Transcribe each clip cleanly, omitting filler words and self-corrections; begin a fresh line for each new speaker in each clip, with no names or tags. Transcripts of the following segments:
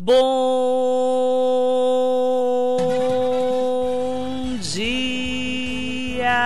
Bom dia!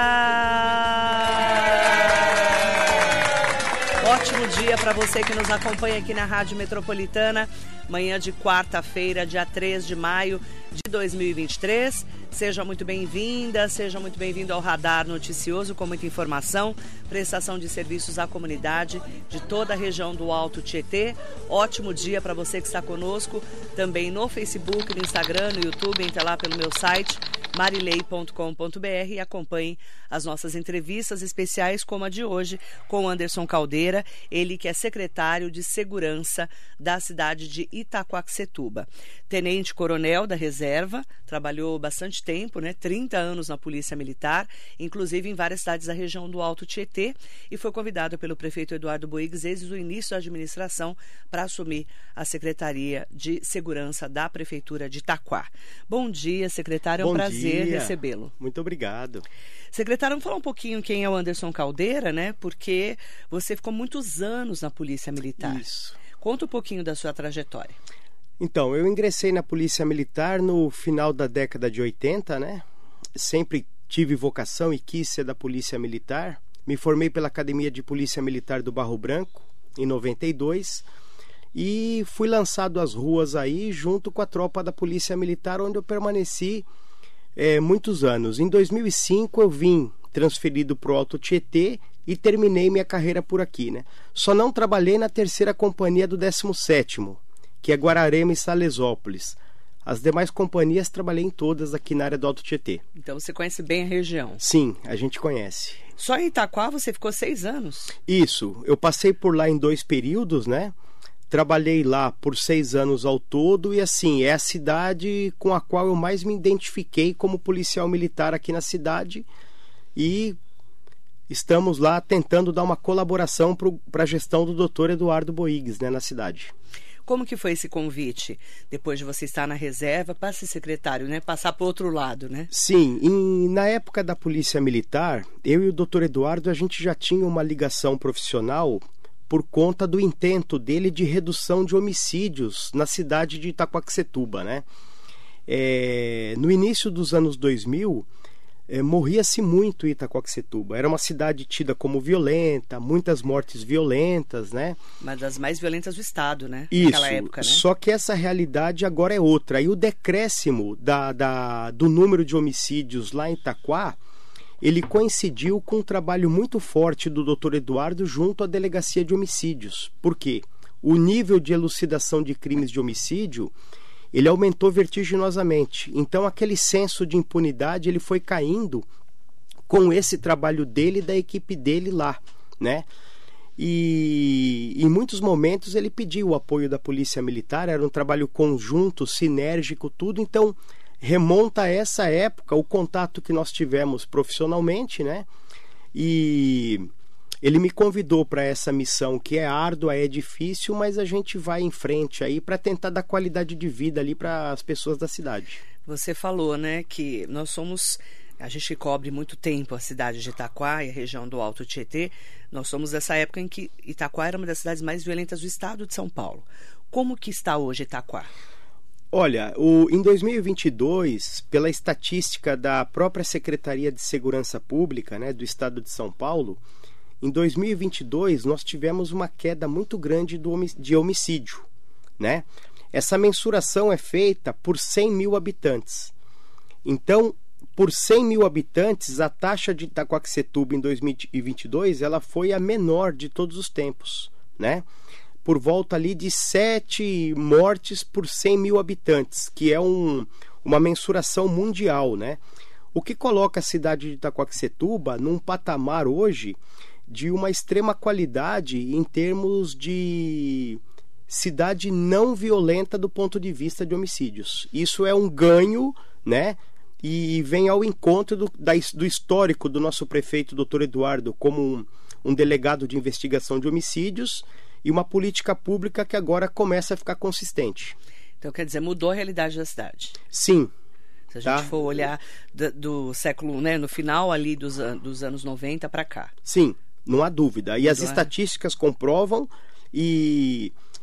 Ótimo dia para você que nos acompanha aqui na Rádio Metropolitana. Manhã de quarta-feira, dia 3 de maio de 2023. Seja muito bem-vinda, seja muito bem-vindo ao Radar Noticioso com muita informação, prestação de serviços à comunidade de toda a região do Alto Tietê. Ótimo dia para você que está conosco também no Facebook, no Instagram, no YouTube. Entre lá pelo meu site marilei.com.br e acompanhe as nossas entrevistas especiais como a de hoje com Anderson Caldeira, ele que é secretário de Segurança da cidade de Itaquaquecetuba. Tenente-coronel da reserva, trabalhou bastante tempo, 30 anos na Polícia Militar, inclusive em várias cidades da região do Alto Tietê, e foi convidado pelo prefeito Eduardo Boigues desde o início da administração para assumir a Secretaria de Segurança da Prefeitura de Itaquá. Bom dia, secretário, é um prazer recebê-lo.
Muito obrigado.
Secretário, vamos falar um pouquinho quem é o Anderson Caldeira, porque você ficou muitos anos na Polícia Militar.
Isso.
Conta um pouquinho da sua trajetória.
Então, eu ingressei na Polícia Militar no final da década de 80, Sempre tive vocação e quis ser da Polícia Militar. Me formei pela Academia de Polícia Militar do Barro Branco, em 92, e fui lançado às ruas aí, junto com a tropa da Polícia Militar, onde eu permaneci muitos anos. Em 2005, eu vim transferido para o Alto Tietê e terminei minha carreira por aqui, Só não trabalhei na 3ª Companhia do 17º, que é Guararema e Salesópolis. As demais companhias trabalhei em todas aqui na área do Alto Tietê.
Então você conhece bem a região?
Sim, a gente conhece.
Só em Itaquá você ficou 6 anos?
Isso, eu passei por lá em 2 períodos, Trabalhei lá por 6 anos ao todo e assim, é a cidade com a qual eu mais me identifiquei como policial militar aqui na cidade, e estamos lá tentando dar uma colaboração para a gestão do Dr. Eduardo Boigues, na cidade.
Como que foi esse convite, depois de você estar na reserva, para ser secretário, passar para o outro lado,
Sim, na época da Polícia Militar, eu e o Dr. Eduardo, a gente já tinha uma ligação profissional por conta do intento dele de redução de homicídios na cidade de Itaquaquecetuba, No início dos anos 2000, morria-se muito em Itaquaquecetuba. Era uma cidade tida como violenta, muitas mortes violentas,
Uma das mais violentas do estado,
Isso,
naquela época,
Só que essa realidade agora é outra. E o decréscimo do número de homicídios lá em Itaquá, ele coincidiu com um trabalho muito forte do Dr. Eduardo junto à Delegacia de Homicídios. Por quê? O nível de elucidação de crimes de homicídio, ele aumentou vertiginosamente. Então, aquele senso de impunidade, ele foi caindo com esse trabalho dele e da equipe dele lá, E em muitos momentos ele pediu o apoio da Polícia Militar, era um trabalho conjunto, sinérgico, tudo. Então, remonta a essa época o contato que nós tivemos profissionalmente, E ele me convidou para essa missão que é árdua, é difícil, mas a gente vai em frente aí para tentar dar qualidade de vida ali para as pessoas da cidade.
Você falou, que a gente cobre muito tempo a cidade de Itaquá e a região do Alto Tietê. Nós somos dessa época em que Itaquá era uma das cidades mais violentas do estado de São Paulo. Como que está hoje Itaquá?
Olha, em 2022, pela estatística da própria Secretaria de Segurança Pública, do Estado de São Paulo, em 2022 nós tivemos uma queda muito grande de homicídio, Essa mensuração é feita por 100 mil habitantes. Então, por 100 mil habitantes, a taxa de Itaquaquecetuba em 2022 ela foi a menor de todos os tempos, Por volta ali de 7 mortes por 100 mil habitantes, que é uma mensuração mundial, O que coloca a cidade de Itaquaquecetuba num patamar hoje de uma extrema qualidade em termos de cidade não violenta do ponto de vista de homicídios. Isso é um ganho, E vem ao encontro do histórico do nosso prefeito, Dr. Eduardo, como um delegado de investigação de homicídios, e uma política pública que agora começa a ficar consistente.
Então, quer dizer, mudou a realidade da cidade.
Sim.
Se a gente for olhar do século, no final ali dos anos 90 para cá.
Sim, não há dúvida. E as estatísticas comprovam, e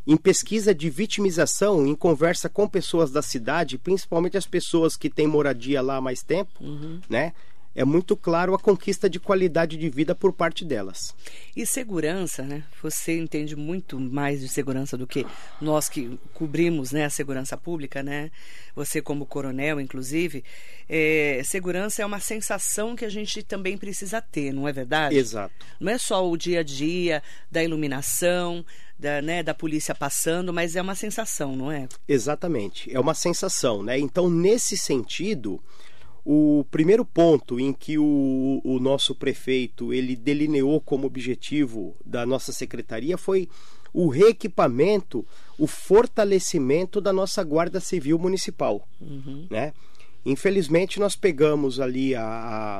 em pesquisa de vitimização, em conversa com pessoas da cidade, principalmente as pessoas que têm moradia lá há mais tempo, né? É muito claro a conquista de qualidade de vida por parte delas.
E segurança, né? Você entende muito mais de segurança do que nós que cobrimos, né, a segurança pública, né? Você como coronel, inclusive. Segurança é uma sensação que a gente também precisa ter, não é verdade?
Exato.
Não é só o dia a dia, da iluminação, da polícia passando, mas é uma sensação, não é?
Exatamente, é uma sensação, né? Então, nesse sentido, o primeiro ponto em que o nosso prefeito ele delineou como objetivo da nossa secretaria foi o reequipamento, o fortalecimento da nossa Guarda Civil Municipal, né? Infelizmente, nós pegamos ali a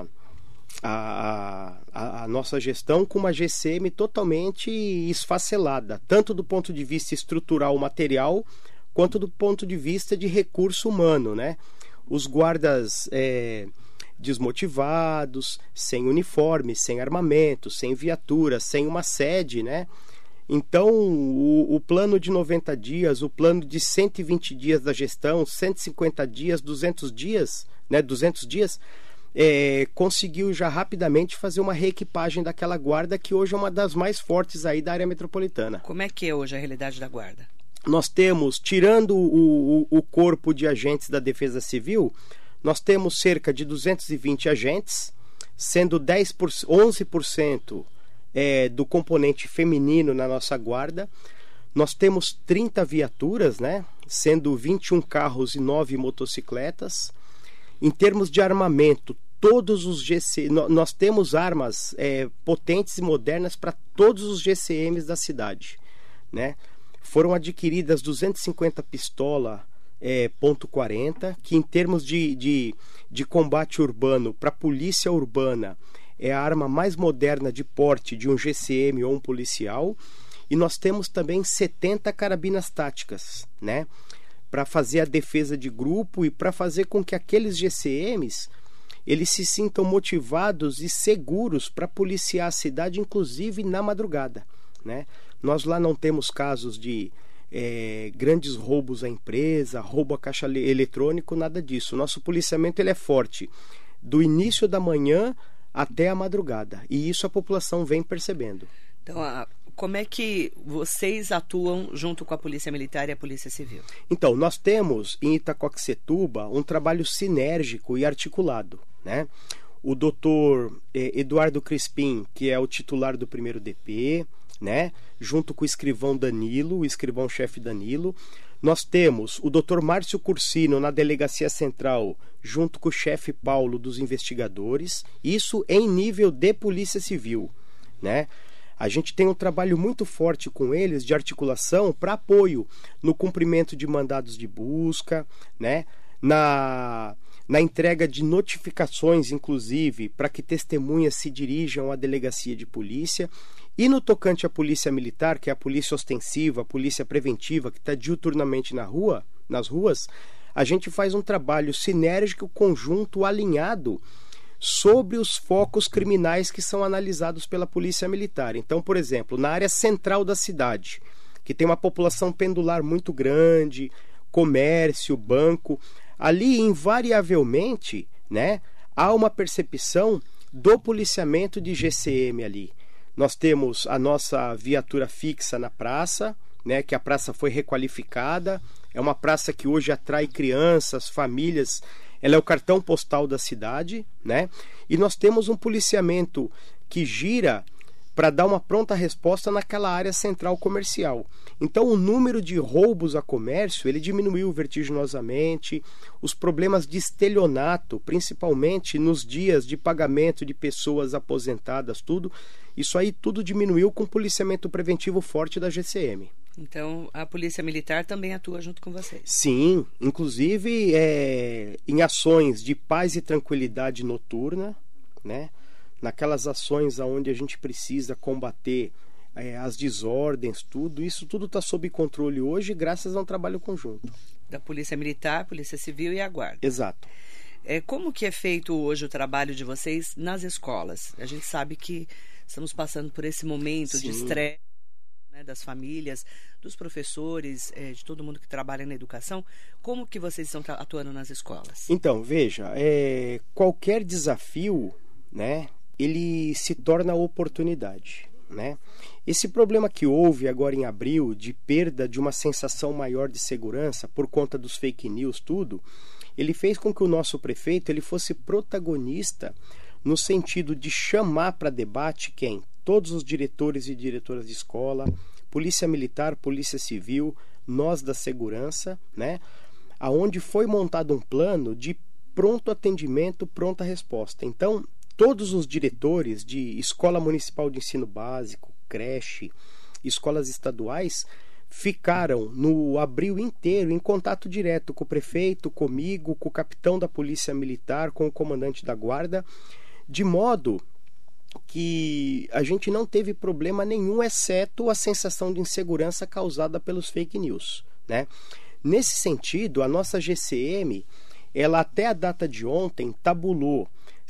nossa gestão com uma GCM totalmente esfacelada, tanto do ponto de vista estrutural material, quanto do ponto de vista de recurso humano, né? Os guardas desmotivados, sem uniforme, sem armamento, sem viatura, sem uma sede, né? Então, o plano de 90 dias, o plano de 120 dias da gestão, 150 dias, 200 dias, né? 200 dias, conseguiu já rapidamente fazer uma reequipagem daquela guarda que hoje é uma das mais fortes aí da área metropolitana.
Como é que é hoje a realidade da guarda?
Nós temos, tirando o corpo de agentes da Defesa Civil, nós temos cerca de 220 agentes, sendo 11% do componente feminino na nossa guarda. Nós temos 30 viaturas, né, sendo 21 carros e 9 motocicletas. Em termos de armamento, todos os nós temos armas potentes e modernas para todos os GCMs da cidade, né? Foram adquiridas 250 pistola .40, que em termos de combate urbano, para a polícia urbana, é a arma mais moderna de porte de um GCM ou um policial. E nós temos também 70 carabinas táticas, né, para fazer a defesa de grupo e para fazer com que aqueles GCMs eles se sintam motivados e seguros para policiar a cidade, inclusive na madrugada, né? Nós lá não temos casos de grandes roubos à empresa, roubo a caixa eletrônico, nada disso. O nosso policiamento ele é forte do início da manhã até a madrugada, e isso a população vem percebendo.
Então, como é que vocês atuam junto com a Polícia Militar e a Polícia Civil?
Então, nós temos em Itaquaquecetuba um trabalho sinérgico e articulado, né? O doutor Eduardo Crispim, que é o titular do 1º DP, né, junto com o escrivão Danilo, o escrivão-chefe Danilo. Nós temos o doutor Márcio Cursino na Delegacia Central, junto com o chefe Paulo dos investigadores, isso em nível de Polícia Civil, né? A gente tem um trabalho muito forte com eles de articulação para apoio no cumprimento de mandados de busca, né? Na entrega de notificações, inclusive, para que testemunhas se dirijam à delegacia de polícia. E no tocante à polícia militar, que é a polícia ostensiva, a polícia preventiva, que está diuturnamente nas ruas, a gente faz um trabalho sinérgico, conjunto, alinhado sobre os focos criminais que são analisados pela polícia militar. Então, por exemplo, na área central da cidade, que tem uma população pendular muito grande, comércio, banco, ali invariavelmente, né, há uma percepção do policiamento de GCM ali. Nós temos a nossa viatura fixa na praça, né, que a praça foi requalificada, é uma praça que hoje atrai crianças, famílias, ela é o cartão postal da cidade, né? E nós temos um policiamento que gira para dar uma pronta resposta naquela área central comercial. Então o número de roubos a comércio ele diminuiu vertiginosamente, os problemas de estelionato, principalmente nos dias de pagamento de pessoas aposentadas, tudo, isso aí tudo diminuiu com o policiamento preventivo forte da GCM.
Então a Polícia Militar também atua junto com vocês? Sim,
inclusive em ações de paz e tranquilidade noturna, né? Naquelas ações onde a gente precisa combater as desordens, isso tudo está sob controle hoje graças a um trabalho conjunto.
Da Polícia Militar, Polícia Civil e a Guarda.
Exato.
Como que é feito hoje o trabalho de vocês nas escolas? A gente sabe que estamos passando por esse momento de estresse, né, das famílias, dos professores, de todo mundo que trabalha na educação. Como que vocês estão atuando nas escolas?
Então, veja, qualquer desafio, né, ele se torna oportunidade, né? Esse problema que houve agora em abril, de perda de uma sensação maior de segurança por conta dos fake news, tudo, ele fez com que o nosso prefeito ele fosse protagonista no sentido de chamar para debate quem? Todos os diretores e diretoras de escola, Polícia Militar, Polícia Civil, nós da segurança, né? Aonde foi montado um plano de pronto atendimento, pronta resposta. Então, todos os diretores de Escola Municipal de Ensino Básico, creche, escolas estaduais, ficaram no abril inteiro em contato direto com o prefeito, comigo, com o capitão da Polícia Militar, com o comandante da Guarda, de modo que a gente não teve problema nenhum, exceto a sensação de insegurança causada pelos fake news, né? Nesse sentido, a nossa GCM, ela até a data de ontem tabulou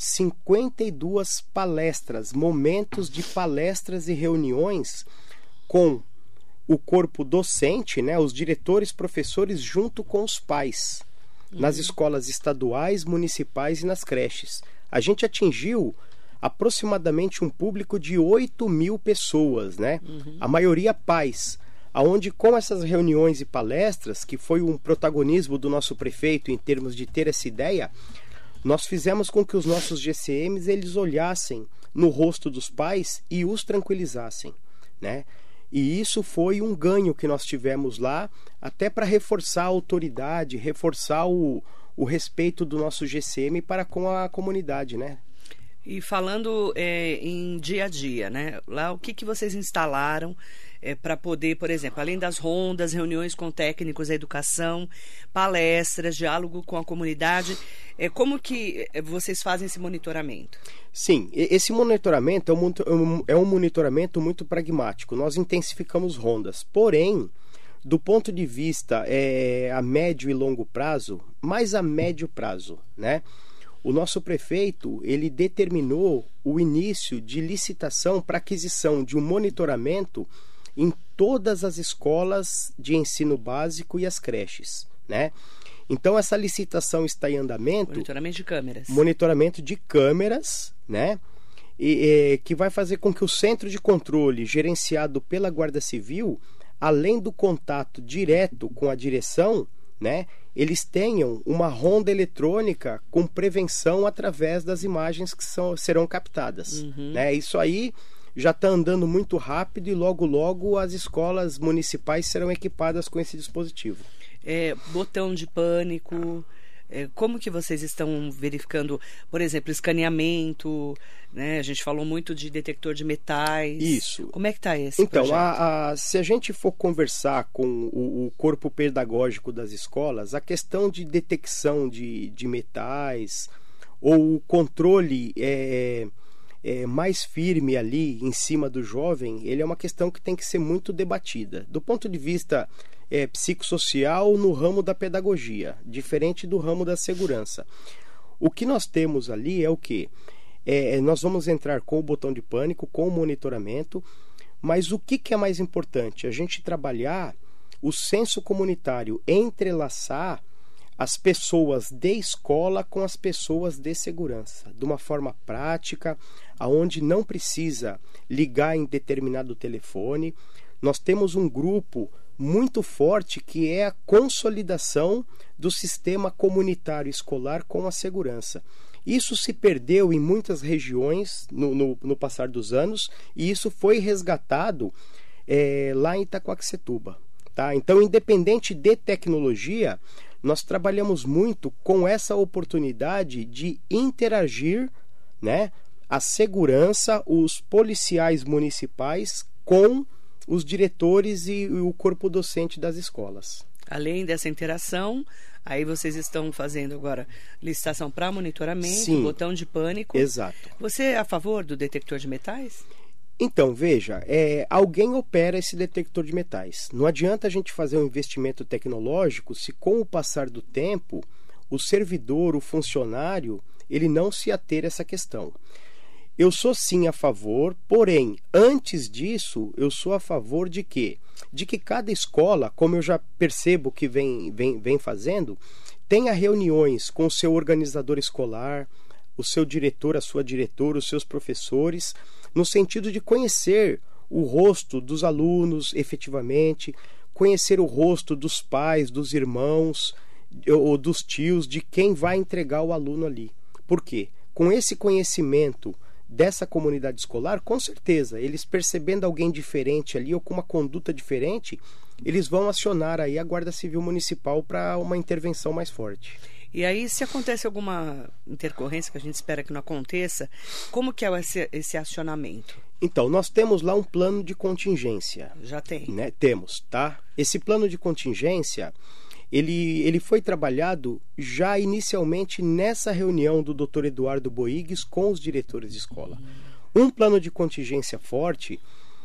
52 palestras, momentos de palestras e reuniões com o corpo docente, né, os diretores, professores, junto com os pais, nas escolas estaduais, municipais e nas creches. A gente atingiu aproximadamente um público de 8.000 pessoas, né? A maioria pais, aonde com essas reuniões e palestras, que foi um protagonismo do nosso prefeito em termos de ter essa ideia, nós fizemos com que os nossos GCMs eles olhassem no rosto dos pais e os tranquilizassem, né? E isso foi um ganho que nós tivemos lá, até para reforçar a autoridade, reforçar o respeito do nosso GCM para com a comunidade, né?
E falando em dia a dia, né? Lá o que vocês instalaram para poder, por exemplo, além das rondas, reuniões com técnicos da educação, palestras, diálogo com a comunidade, como que vocês fazem esse monitoramento?
Sim, esse monitoramento é um monitoramento muito pragmático. Nós intensificamos rondas, porém, do ponto de vista a médio e longo prazo, mais a médio prazo, né? O nosso prefeito, ele determinou o início de licitação para aquisição de um monitoramento em todas as escolas de ensino básico e as creches, né? Então, essa licitação está em andamento.
Monitoramento de câmeras.
Monitoramento de câmeras, né? Que vai fazer com que o centro de controle, gerenciado pela Guarda Civil, além do contato direto com a direção, né, eles tenham uma ronda eletrônica com prevenção através das imagens que serão captadas, né? Isso aí já está andando muito rápido e logo as escolas municipais serão equipadas com esse dispositivo.
Botão de pânico, como que vocês estão verificando, por exemplo, escaneamento, né? A gente falou muito de detector de metais.
Isso.
Como é que está esse projeto?
Então, se a gente for conversar com o corpo pedagógico das escolas, a questão de detecção de metais ou o controle mais firme ali em cima do jovem, ele é uma questão que tem que ser muito debatida. Do ponto de vista psicossocial no ramo da pedagogia, diferente do ramo da segurança. O que nós temos ali é o quê? Nós vamos entrar com o botão de pânico, com o monitoramento, mas o que é mais importante? A gente trabalhar o senso comunitário, entrelaçar as pessoas de escola com as pessoas de segurança, de uma forma prática, aonde não precisa ligar em determinado telefone. Nós temos um grupo muito forte que é a consolidação do sistema comunitário escolar com a segurança. Isso se perdeu em muitas regiões no passar dos anos e isso foi resgatado lá em Itaquaquecetuba, tá? Então, independente de tecnologia, nós trabalhamos muito com essa oportunidade de interagir, né, a segurança, os policiais municipais com os diretores e o corpo docente das escolas.
Além dessa interação, aí vocês estão fazendo agora licitação para monitoramento,
Sim,
botão de pânico.
Exato.
Você é a favor do detector de metais?
Então, veja, alguém opera esse detector de metais. Não adianta a gente fazer um investimento tecnológico se com o passar do tempo o servidor, o funcionário, ele não se ater a essa questão. Eu sou sim a favor, porém, antes disso, eu sou a favor de quê? De que cada escola, como eu já percebo que vem fazendo, tenha reuniões com o seu organizador escolar, o seu diretor, a sua diretora, os seus professores, no sentido de conhecer o rosto dos alunos efetivamente, conhecer o rosto dos pais, dos irmãos ou dos tios, de quem vai entregar o aluno ali. Por quê? Com esse conhecimento dessa comunidade escolar, com certeza, eles percebendo alguém diferente ali ou com uma conduta diferente, eles vão acionar aí a Guarda Civil Municipal para uma intervenção mais forte.
E aí, se acontece alguma intercorrência, que a gente espera que não aconteça, como que é esse acionamento?
Então, nós temos lá um plano de contingência.
Já tem?
Né? Temos, tá? Esse plano de contingência, ele foi trabalhado já inicialmente nessa reunião do Dr. Eduardo Boigues com os diretores de escola. Um plano de contingência forte,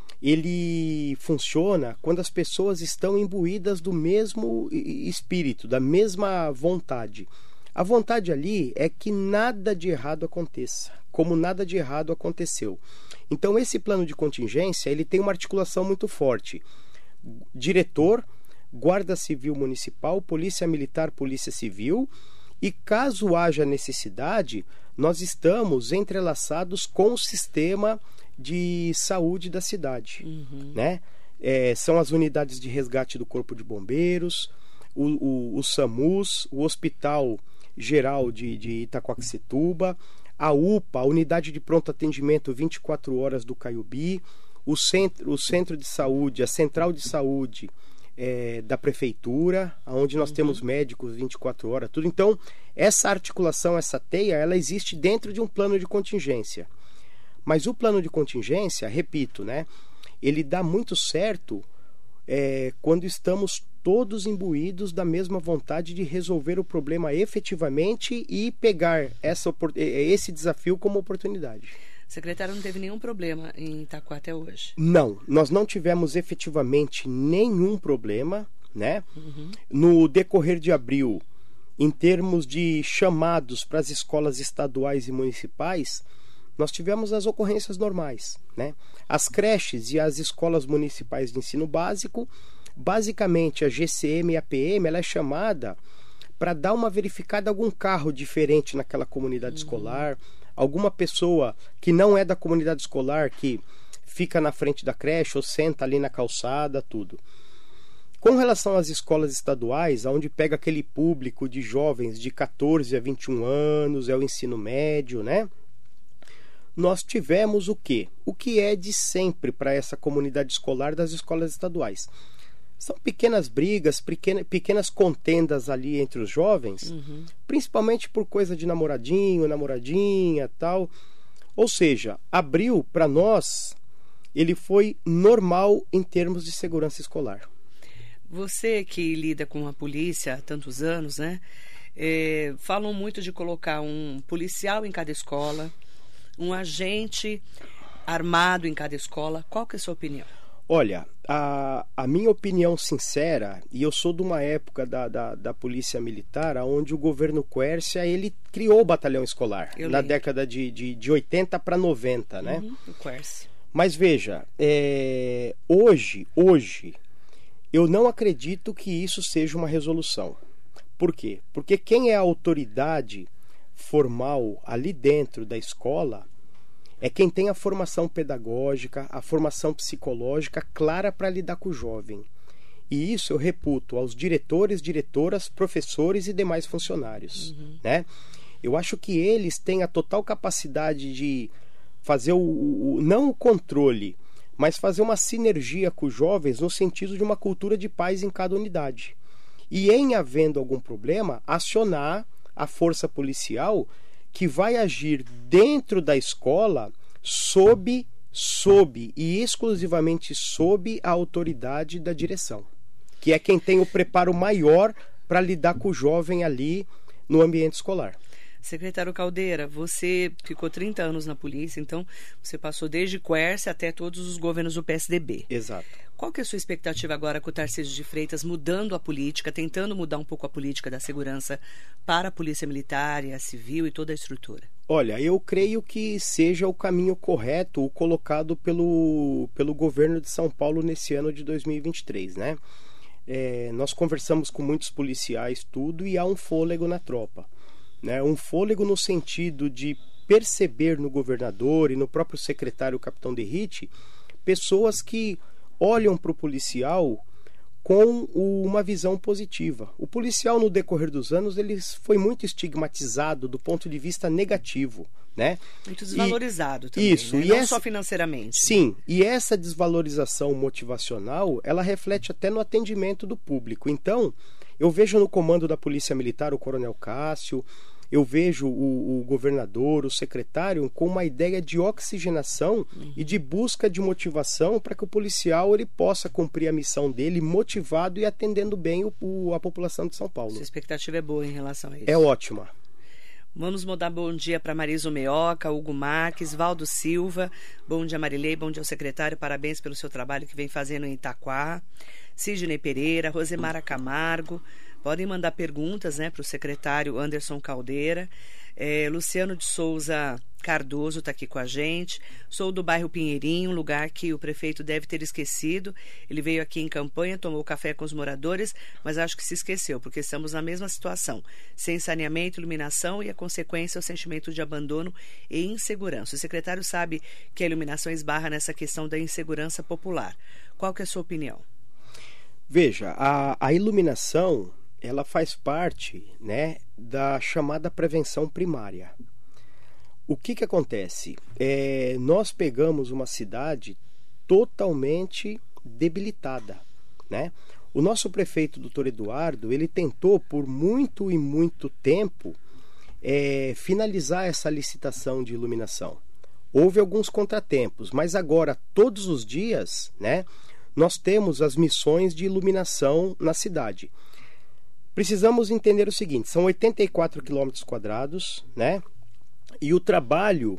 ele funciona quando as pessoas estão imbuídas do mesmo espírito, da mesma vontade. A vontade ali é que nada de errado aconteça, como nada de errado aconteceu. Então, esse plano de contingência, ele tem uma articulação muito forte. Diretor, Guarda Civil Municipal, Polícia Militar, Polícia Civil, e caso haja necessidade, nós estamos entrelaçados com o sistema de saúde da cidade. Né? São as unidades de resgate do Corpo de Bombeiros, o SAMUS, o Hospital Geral de Itaquaquecetuba, a UPA, a Unidade de Pronto Atendimento 24 horas do Caiubi, o centro de saúde, a Central de Saúde da Prefeitura, onde nós temos médicos 24 horas, tudo. Então, essa articulação, essa teia, ela existe dentro de um plano de contingência. Mas o plano de contingência, repito, né, ele dá muito certo quando estamos todos imbuídos da mesma vontade de resolver o problema efetivamente e pegar esse desafio como oportunidade.
Secretário, não teve nenhum problema em Itaquá até hoje?
Não, nós não tivemos efetivamente nenhum problema, né? No decorrer de abril, em termos de chamados para as escolas estaduais e municipais, nós tivemos as ocorrências normais, né? As creches e as escolas municipais de ensino básico, basicamente a GCM e a PM, ela é chamada para dar uma verificada, algum carro diferente naquela comunidade escolar, alguma pessoa que não é da comunidade escolar, que fica na frente da creche ou senta ali na calçada, tudo. Com relação às escolas estaduais, onde pega aquele público de jovens de 14 a 21 anos, é o ensino médio, né? Nós tivemos o quê? O que é de sempre para essa comunidade escolar das escolas estaduais. São pequenas brigas, pequenas contendas ali entre os jovens, principalmente por coisa de namoradinho, namoradinha, tal. Ou seja, abril, para nós, ele foi normal em termos de segurança escolar.
Você que lida com a polícia há tantos anos, né? Falam muito de colocar um policial em cada escola, um agente armado em cada escola. Qual que é a sua opinião?
Olha, a minha opinião sincera, e eu sou de uma época da Polícia Militar, onde o governo Quércia, ele criou o batalhão escolar, na década de 80 para 90, né?
O Quércia.
Mas veja, hoje, eu não acredito que isso seja uma resolução. Por quê? Porque quem é a autoridade formal ali dentro da escola é quem tem a formação pedagógica, a formação psicológica clara para lidar com o jovem. E isso eu reputo aos diretores, diretoras, professores e demais funcionários. Né? Eu acho que eles têm a total capacidade de fazer não o controle, mas fazer uma sinergia com os jovens no sentido de uma cultura de paz em cada unidade. E em havendo algum problema, acionar a força policial que vai agir dentro da escola sob e exclusivamente sob a autoridade da direção, que é quem tem o preparo maior para lidar com o jovem ali no ambiente escolar.
Secretário Caldeira, você ficou 30 anos na polícia, então você passou desde Quércia até todos os governos do PSDB.
Exato.
Qual que é a sua expectativa agora com o Tarcísio de Freitas mudando a política, tentando mudar um pouco a política da segurança para a Polícia Militar e a Civil e toda a estrutura?
Olha, eu creio que seja o caminho correto o colocado pelo governo de São Paulo nesse ano de 2023, né? Nós conversamos com muitos policiais, tudo, e há um fôlego na tropa, né? Um fôlego no sentido de perceber no governador e no próprio secretário, o capitão Derrite, pessoas que olham para o policial com uma visão positiva. O policial, no decorrer dos anos, ele foi muito estigmatizado do ponto de vista negativo, né?
Muito desvalorizado também,
isso,
né?
e
Não só financeiramente.
Sim, e essa desvalorização motivacional, ela reflete até no atendimento do público. Então, eu vejo no comando da Polícia Militar o Coronel Cássio, eu vejo o governador, o secretário, com uma ideia de oxigenação e de busca de motivação para que o policial ele possa cumprir a missão dele motivado e atendendo bem a população de São Paulo.
Sua expectativa é boa em relação a isso?
É ótima.
Vamos mudar bom dia para Marisa Meoca, Hugo Marques, Valdo Silva. Bom dia, Marilei. Bom dia ao secretário. Parabéns pelo seu trabalho que vem fazendo em Itaquá. Sidney Pereira, Rosemara Camargo. Podem mandar perguntas, né, para o secretário Anderson Caldeira. Luciano de Souza Cardoso está aqui com a gente. Sou do bairro Pinheirinho, lugar que o prefeito deve ter esquecido. Ele veio aqui em campanha, tomou café com os moradores, mas acho que se esqueceu, porque estamos na mesma situação. Sem saneamento, iluminação e a consequência é o sentimento de abandono e insegurança. O secretário sabe que a iluminação esbarra nessa questão da insegurança popular. Qual que é a sua opinião?
Veja, a iluminação, ela faz parte, né, da chamada prevenção primária. O que acontece? Nós pegamos uma cidade totalmente debilitada, né? O nosso prefeito, doutor Eduardo, ele tentou por muito e muito tempo finalizar essa licitação de iluminação. Houve alguns contratempos, mas agora, todos os dias, né, nós temos as missões de iluminação na cidade. Precisamos entender o seguinte, são 84 quilômetros quadrados, né? E o trabalho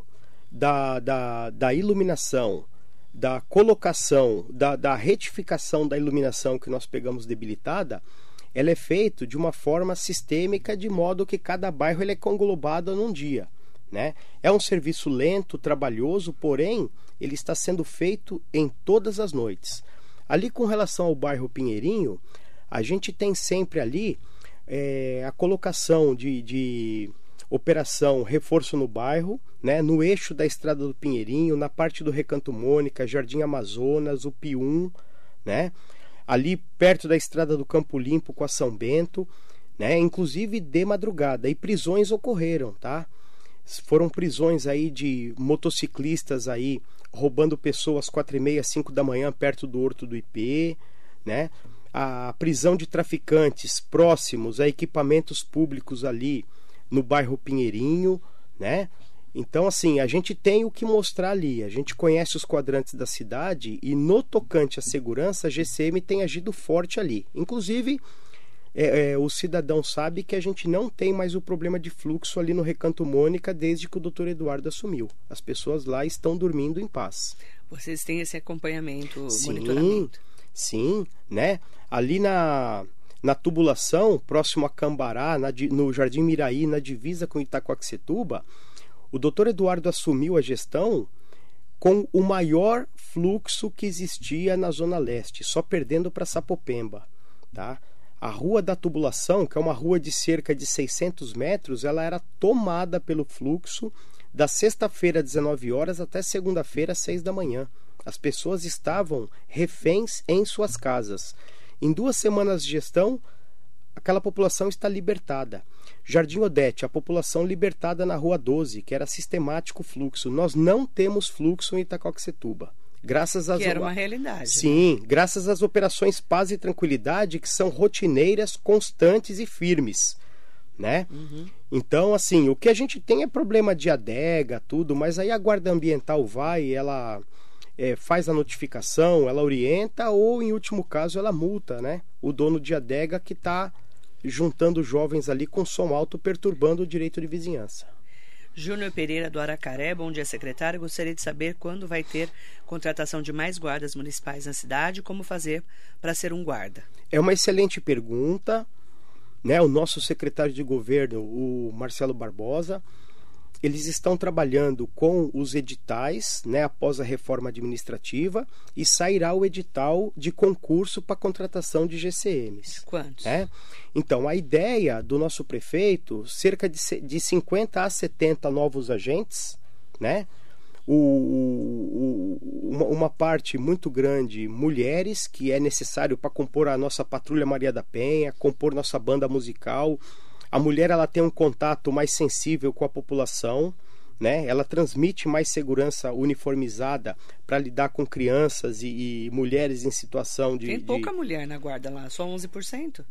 da iluminação, da colocação, da retificação da iluminação que nós pegamos debilitada, ela é feito de uma forma sistêmica, de modo que cada bairro ele é conglobado num dia, né? É um serviço lento, trabalhoso, porém, ele está sendo feito em todas as noites. Ali com relação ao bairro Pinheirinho, a gente tem sempre ali a colocação de operação reforço no bairro, né, no eixo da Estrada do Pinheirinho, na parte do Recanto Mônica, Jardim Amazonas, o P1, né, ali perto da Estrada do Campo Limpo com a São Bento, né, inclusive de madrugada. E prisões ocorreram, tá? Foram prisões aí de motociclistas aí roubando pessoas 4h30, 5 da manhã perto do Horto do IP, né? A prisão de traficantes próximos a equipamentos públicos ali no bairro Pinheirinho, né? Então, assim, a gente tem o que mostrar ali. A gente conhece os quadrantes da cidade e no tocante à segurança, a GCM tem agido forte ali. Inclusive, o cidadão sabe que a gente não tem mais o problema de fluxo ali no Recanto Mônica desde que o doutor Eduardo assumiu. As pessoas lá estão dormindo em paz.
Vocês têm esse acompanhamento, monitoramento?
Sim, né? Ali na tubulação, próximo a Cambará, no Jardim Miraí, na divisa com Itacoaxetuba, o doutor Eduardo assumiu a gestão com o maior fluxo que existia na Zona Leste, só perdendo para Sapopemba, tá? A Rua da Tubulação, que é uma rua de cerca de 600 metros, ela era tomada pelo fluxo da sexta-feira, 19 horas, até segunda-feira, 6 da manhã. As pessoas estavam reféns em suas casas. Em 2 semanas de gestão, aquela população está libertada. Jardim Odete, a população libertada na Rua 12, que era sistemático fluxo. Nós não temos fluxo em Itacoaxetuba. Graças às...
Que era uma realidade.
Sim, né? Graças às operações Paz e Tranquilidade, que são rotineiras, constantes e firmes, né? Uhum. Então, assim, o que a gente tem é problema de adega, tudo, mas aí a Guarda Ambiental vai, ela faz a notificação, ela orienta ou, em último caso, ela multa, né? O dono de adega que está juntando jovens ali com som alto, perturbando o direito de vizinhança.
Júnior Pereira, do Aracaré. Bom dia, secretário. Gostaria de saber quando vai ter contratação de mais guardas municipais na cidade e como fazer para ser um guarda.
É uma excelente pergunta, né? O nosso secretário de governo, o Marcelo Barbosa, eles estão trabalhando com os editais, né, após a reforma administrativa, e sairá o edital de concurso para contratação de GCMs.
Quantos?
Né? Então, a ideia do nosso prefeito, cerca de 50 a 70 novos agentes, né? Uma parte muito grande, mulheres, que é necessário para compor a nossa Patrulha Maria da Penha, compor nossa banda musical. A mulher, ela tem um contato mais sensível com a população, né? Ela transmite mais segurança uniformizada para lidar com crianças e mulheres em situação de...
Tem pouca mulher na guarda lá, só 11%.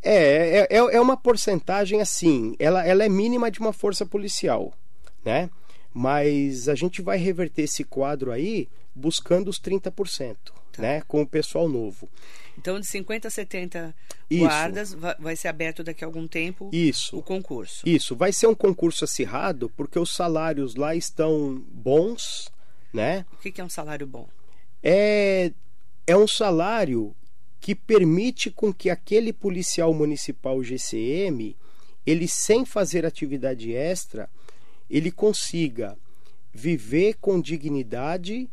É uma porcentagem assim, ela é mínima de uma força policial, né? Mas a gente vai reverter esse quadro aí buscando os 30%, tá, né? Com o pessoal novo.
Então, de 50 a 70 guardas, vai ser aberto daqui a algum tempo o concurso.
Isso, vai ser um concurso acirrado, porque os salários lá estão bons, né?
O que é um salário bom?
É um salário que permite com que aquele policial municipal GCM, ele sem fazer atividade extra, ele consiga viver com dignidade,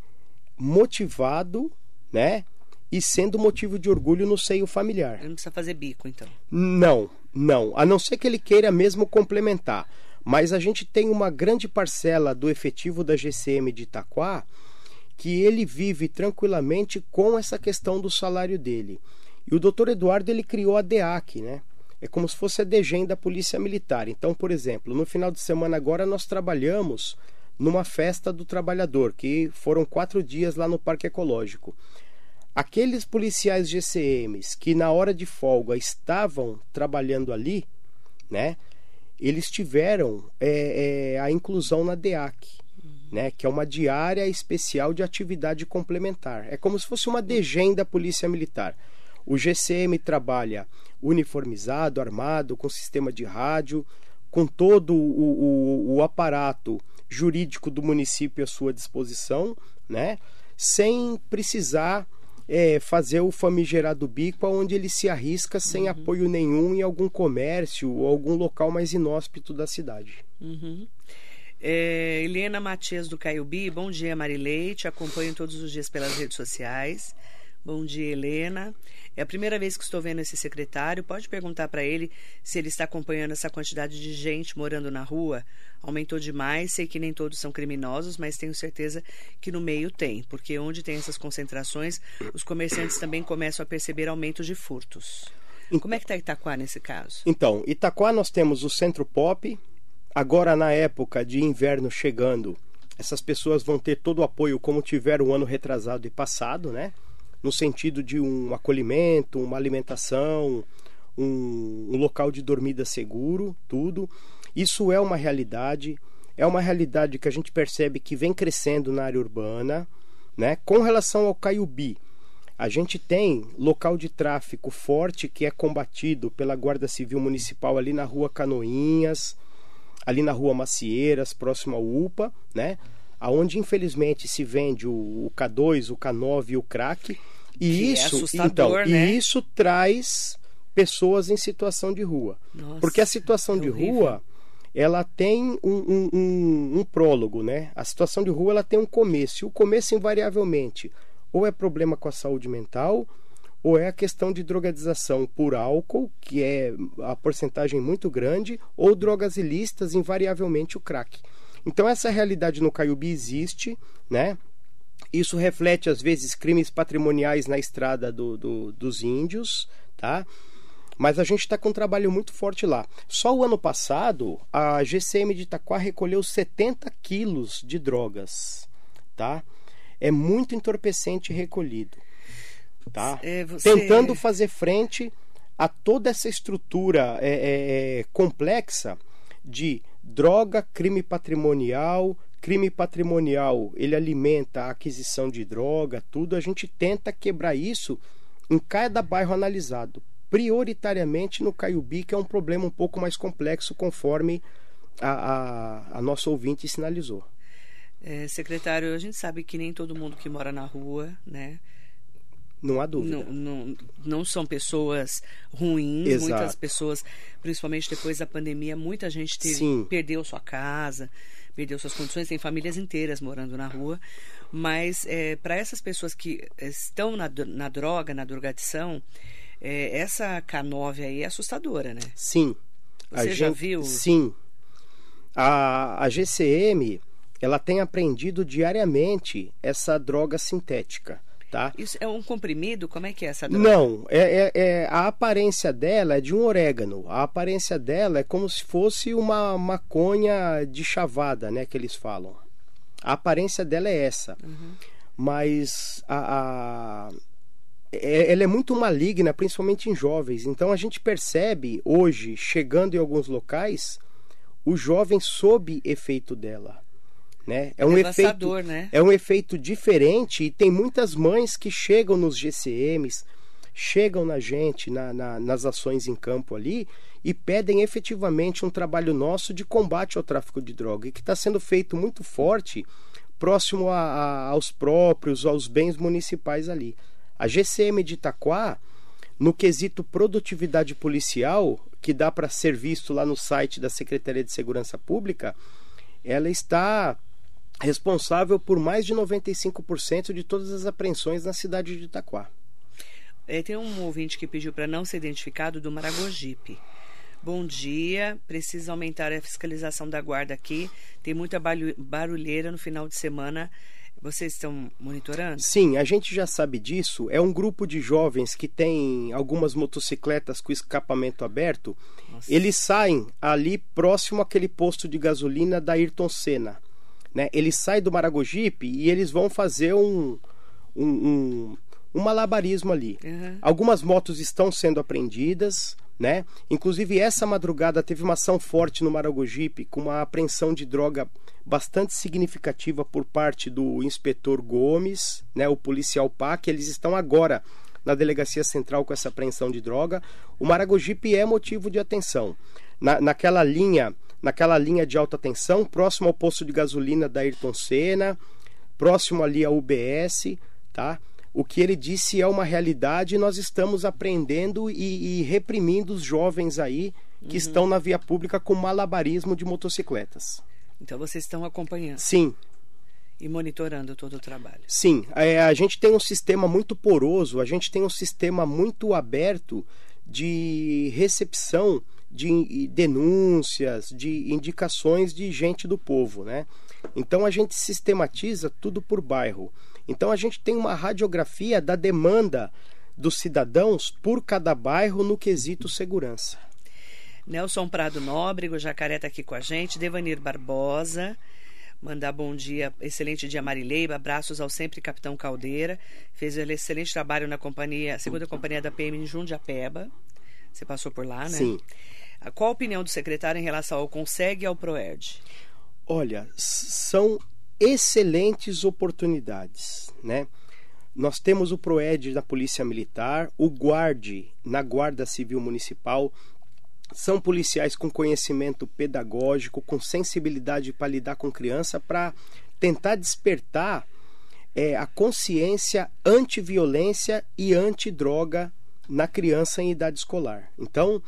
motivado, né? E sendo motivo de orgulho no seio familiar.
Ele não precisa fazer bico, então?
Não. A não ser que ele queira mesmo complementar. Mas a gente tem uma grande parcela do efetivo da GCM de Itaquá que ele vive tranquilamente com essa questão do salário dele. E o doutor Eduardo, ele criou a DEAC, né? É como se fosse a DEGEM da Polícia Militar. Então, por exemplo, no final de semana agora nós trabalhamos numa festa do trabalhador, que foram 4 dias lá no Parque Ecológico. Aqueles policiais GCMs que na hora de folga estavam trabalhando ali, né, eles tiveram a inclusão na DEAC, né, que é uma diária especial de atividade complementar. É como se fosse uma DEGEM da Polícia Militar. O GCM trabalha uniformizado, armado, com sistema de rádio, com todo o aparato jurídico do município à sua disposição, né, sem precisar fazer o famigerado bico, onde ele se arrisca sem apoio nenhum em algum comércio ou algum local mais inóspito da cidade.
Helena Matias do Caiubi. Bom dia, Marileite, acompanho todos os dias pelas redes sociais. Bom dia, Helena. É a primeira vez que estou vendo esse secretário. Pode perguntar para ele se ele está acompanhando essa quantidade de gente morando na rua? Aumentou demais. Sei que nem todos são criminosos, mas tenho certeza que no meio tem, porque onde tem essas concentrações, os comerciantes também começam a perceber aumento de furtos. Como é que está Itaquá nesse caso?
Então, Itaquá nós temos o Centro Pop. Agora, na época de inverno chegando, essas pessoas vão ter todo o apoio como tiveram o ano retrasado e passado, né? No sentido de um acolhimento, uma alimentação, um local de dormida seguro, tudo. Isso é uma realidade que a gente percebe que vem crescendo na área urbana, né? Com relação ao Caiubi, a gente tem local de tráfico forte que é combatido pela Guarda Civil Municipal ali na Rua Canoinhas, ali na Rua Macieiras, próximo ao UPA, né? Aonde infelizmente se vende o K2, o K9 e o crack, e isso traz pessoas em situação de rua.
Nossa,
porque a situação de rua, ela tem um prólogo, né? A situação de rua, ela tem um começo, e o começo invariavelmente ou é problema com a saúde mental, ou é a questão de drogadização por álcool, que é a porcentagem muito grande, ou drogas ilícitas, invariavelmente o crack. Então essa realidade no Caiubi existe, né? Isso reflete às vezes crimes patrimoniais na estrada dos índios, tá? Mas a gente está com um trabalho muito forte lá. Só o ano passado a GCM de Itaquá recolheu 70 quilos de drogas, tá? É muito entorpecente recolhido, tá? Tentando fazer frente a toda essa estrutura complexa de droga, crime patrimonial, ele alimenta a aquisição de droga, tudo. A gente tenta quebrar isso em cada bairro analisado, prioritariamente no Caiubi, que é um problema um pouco mais complexo, conforme a nossa ouvinte sinalizou.
Secretário, a gente sabe que nem todo mundo que mora na rua, né?
Não há dúvida.
Não são pessoas ruins.
Exato.
Muitas pessoas, principalmente depois da pandemia, muita gente perdeu sua casa, perdeu suas condições, tem famílias inteiras morando na rua. Mas para essas pessoas que estão na droga, na drogadição, essa K9 aí é assustadora, né?
Sim.
Você já viu?
Sim. A GCM, ela tem apreendido diariamente essa droga sintética. Tá?
Isso é um comprimido? Como é que é essa droga?
Não, a aparência dela é de um orégano. A aparência dela é como se fosse uma maconha de chavada, né, que eles falam. A aparência dela é essa.
Uhum.
Mas ela é muito maligna, principalmente em jovens. Então a gente percebe hoje, chegando em alguns locais, o jovem sob efeito dela. Né? É um efeito diferente, e tem muitas mães que chegam nos GCMs, chegam na gente, nas ações em campo ali, e pedem efetivamente um trabalho nosso de combate ao tráfico de droga, e que está sendo feito muito forte, próximo aos bens municipais ali. A GCM de Itaquá, no quesito produtividade policial, que dá para ser visto lá no site da Secretaria de Segurança Pública, ela está responsável por mais de 95% de todas as apreensões na cidade de Itaquá.
Tem um ouvinte que pediu para não ser identificado, do Maragogipe. Bom dia, precisa aumentar a fiscalização da guarda aqui, tem muita barulheira no final de semana. Vocês estão monitorando?
Sim, a gente já sabe disso. É um grupo de jovens que tem algumas motocicletas com escapamento aberto. Nossa. Eles saem ali próximo àquele posto de gasolina da Ayrton Senna. Né? Eles saem do Maragogipe e eles vão fazer um malabarismo ali.
Uhum.
Algumas motos estão sendo apreendidas, né? Inclusive essa madrugada teve uma ação forte no Maragogipe, com uma apreensão de droga bastante significativa por parte do inspetor Gomes, né? O policial PAC. Eles estão agora na Delegacia Central com essa apreensão de droga. O Maragogipe é motivo de atenção. Naquela linha de alta tensão, próximo ao posto de gasolina da Ayrton Senna, próximo ali à UBS, tá? O que ele disse é uma realidade, e nós estamos apreendendo e reprimindo os jovens aí que estão na via pública com malabarismo de motocicletas.
Então vocês estão acompanhando?
Sim.
E monitorando todo o trabalho?
Sim. A gente tem um sistema muito poroso, a gente tem um sistema muito aberto de recepção de denúncias, de indicações de gente do povo, né? Então a gente sistematiza tudo por bairro. Então a gente tem uma radiografia da demanda dos cidadãos por cada bairro no quesito segurança.
Nelson Prado Nóbrego, Jacaré está aqui com a gente. Devanir Barbosa, mandar bom dia, excelente dia Marileiba, abraços ao sempre Capitão Caldeira, fez um excelente trabalho na segunda companhia da PM em Jundiapeba. Você passou por lá, né?
Sim.
Qual a opinião do secretário em relação ao CONSEG e ao PROERD?
Olha, são excelentes oportunidades, né? Nós temos o PROERD na Polícia Militar, o GUARD na Guarda Civil Municipal. São policiais com conhecimento pedagógico, com sensibilidade para lidar com criança, para tentar despertar a consciência anti-violência e anti-droga na criança em idade escolar. Então,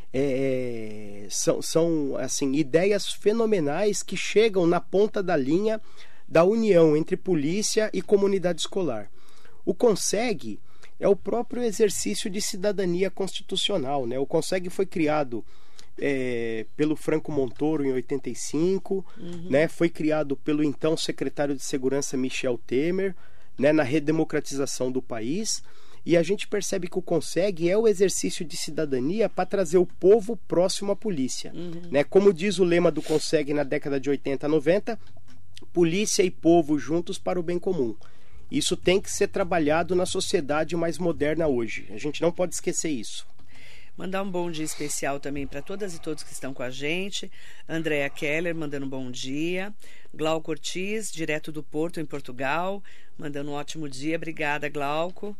são assim, ideias fenomenais que chegam na ponta da linha da união entre polícia e comunidade escolar. O CONSEG é o próprio exercício de cidadania constitucional, né? O CONSEG foi criado pelo Franco Montoro em 85, né? Foi criado pelo então secretário de Segurança Michel Temer, né? Na redemocratização do país. E a gente percebe que o CONSEG é o exercício de cidadania para trazer o povo próximo à polícia. Né? Como diz o lema do CONSEG na década de 80, 90, polícia e povo juntos para o bem comum. Isso tem que ser trabalhado na sociedade mais moderna hoje. A gente não pode esquecer isso.
Mandar um bom dia especial também para todas e todos que estão com a gente. Andréa Keller mandando um bom dia. Glauco Ortiz, direto do Porto, em Portugal, mandando um ótimo dia. Obrigada, Glauco.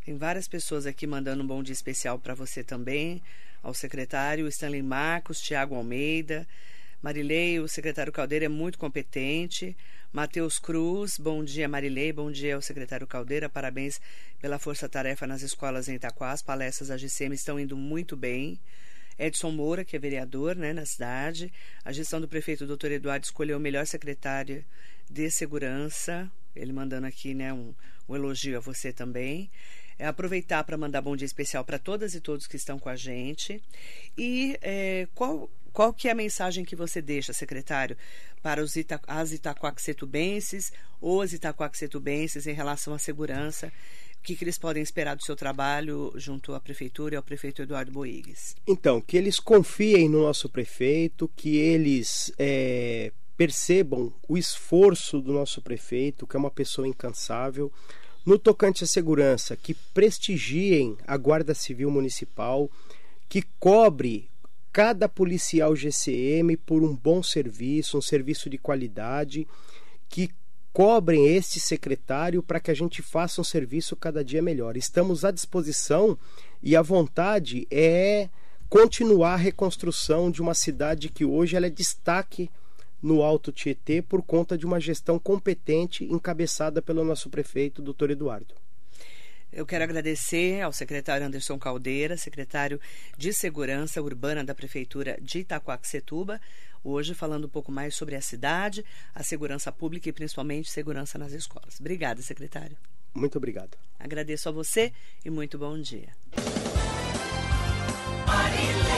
Tem várias pessoas aqui mandando um bom dia especial para você também, ao secretário Stanley Marcos, Tiago Almeida, Marilei, o secretário Caldeira é muito competente, Matheus Cruz, bom dia Marilei, bom dia ao secretário Caldeira, parabéns pela força-tarefa nas escolas em Itaquá, as palestras da GCM estão indo muito bem. Edson Moura, que é vereador, né, na cidade, a gestão do prefeito Dr. Eduardo escolheu o melhor secretário de segurança, ele mandando aqui, né, um elogio a você também. Aproveitar para mandar bom dia especial para todas e todos que estão com a gente. E qual que é a mensagem que você deixa, secretário, para as itaquaquecetubenses ou os itaquaquecetubenses em relação à segurança? O que eles podem esperar do seu trabalho junto à prefeitura e ao prefeito Eduardo Boigues?
Então, que eles confiem no nosso prefeito, que eles percebam o esforço do nosso prefeito, que é uma pessoa incansável. No tocante à segurança, que prestigiem a Guarda Civil Municipal, que cobre cada policial GCM por um bom serviço, um serviço de qualidade, que cobrem este secretário para que a gente faça um serviço cada dia melhor. Estamos à disposição e a vontade é continuar a reconstrução de uma cidade que hoje ela é destaque no Alto Tietê por conta de uma gestão competente encabeçada pelo nosso prefeito, Dr. Eduardo.
Eu quero agradecer ao secretário Anderson Caldeira, secretário de Segurança Urbana da Prefeitura de Itaquaquecetuba, hoje falando um pouco mais sobre a cidade, a segurança pública e principalmente segurança nas escolas. Obrigada, secretário.
Muito obrigado.
Agradeço a você e muito bom dia.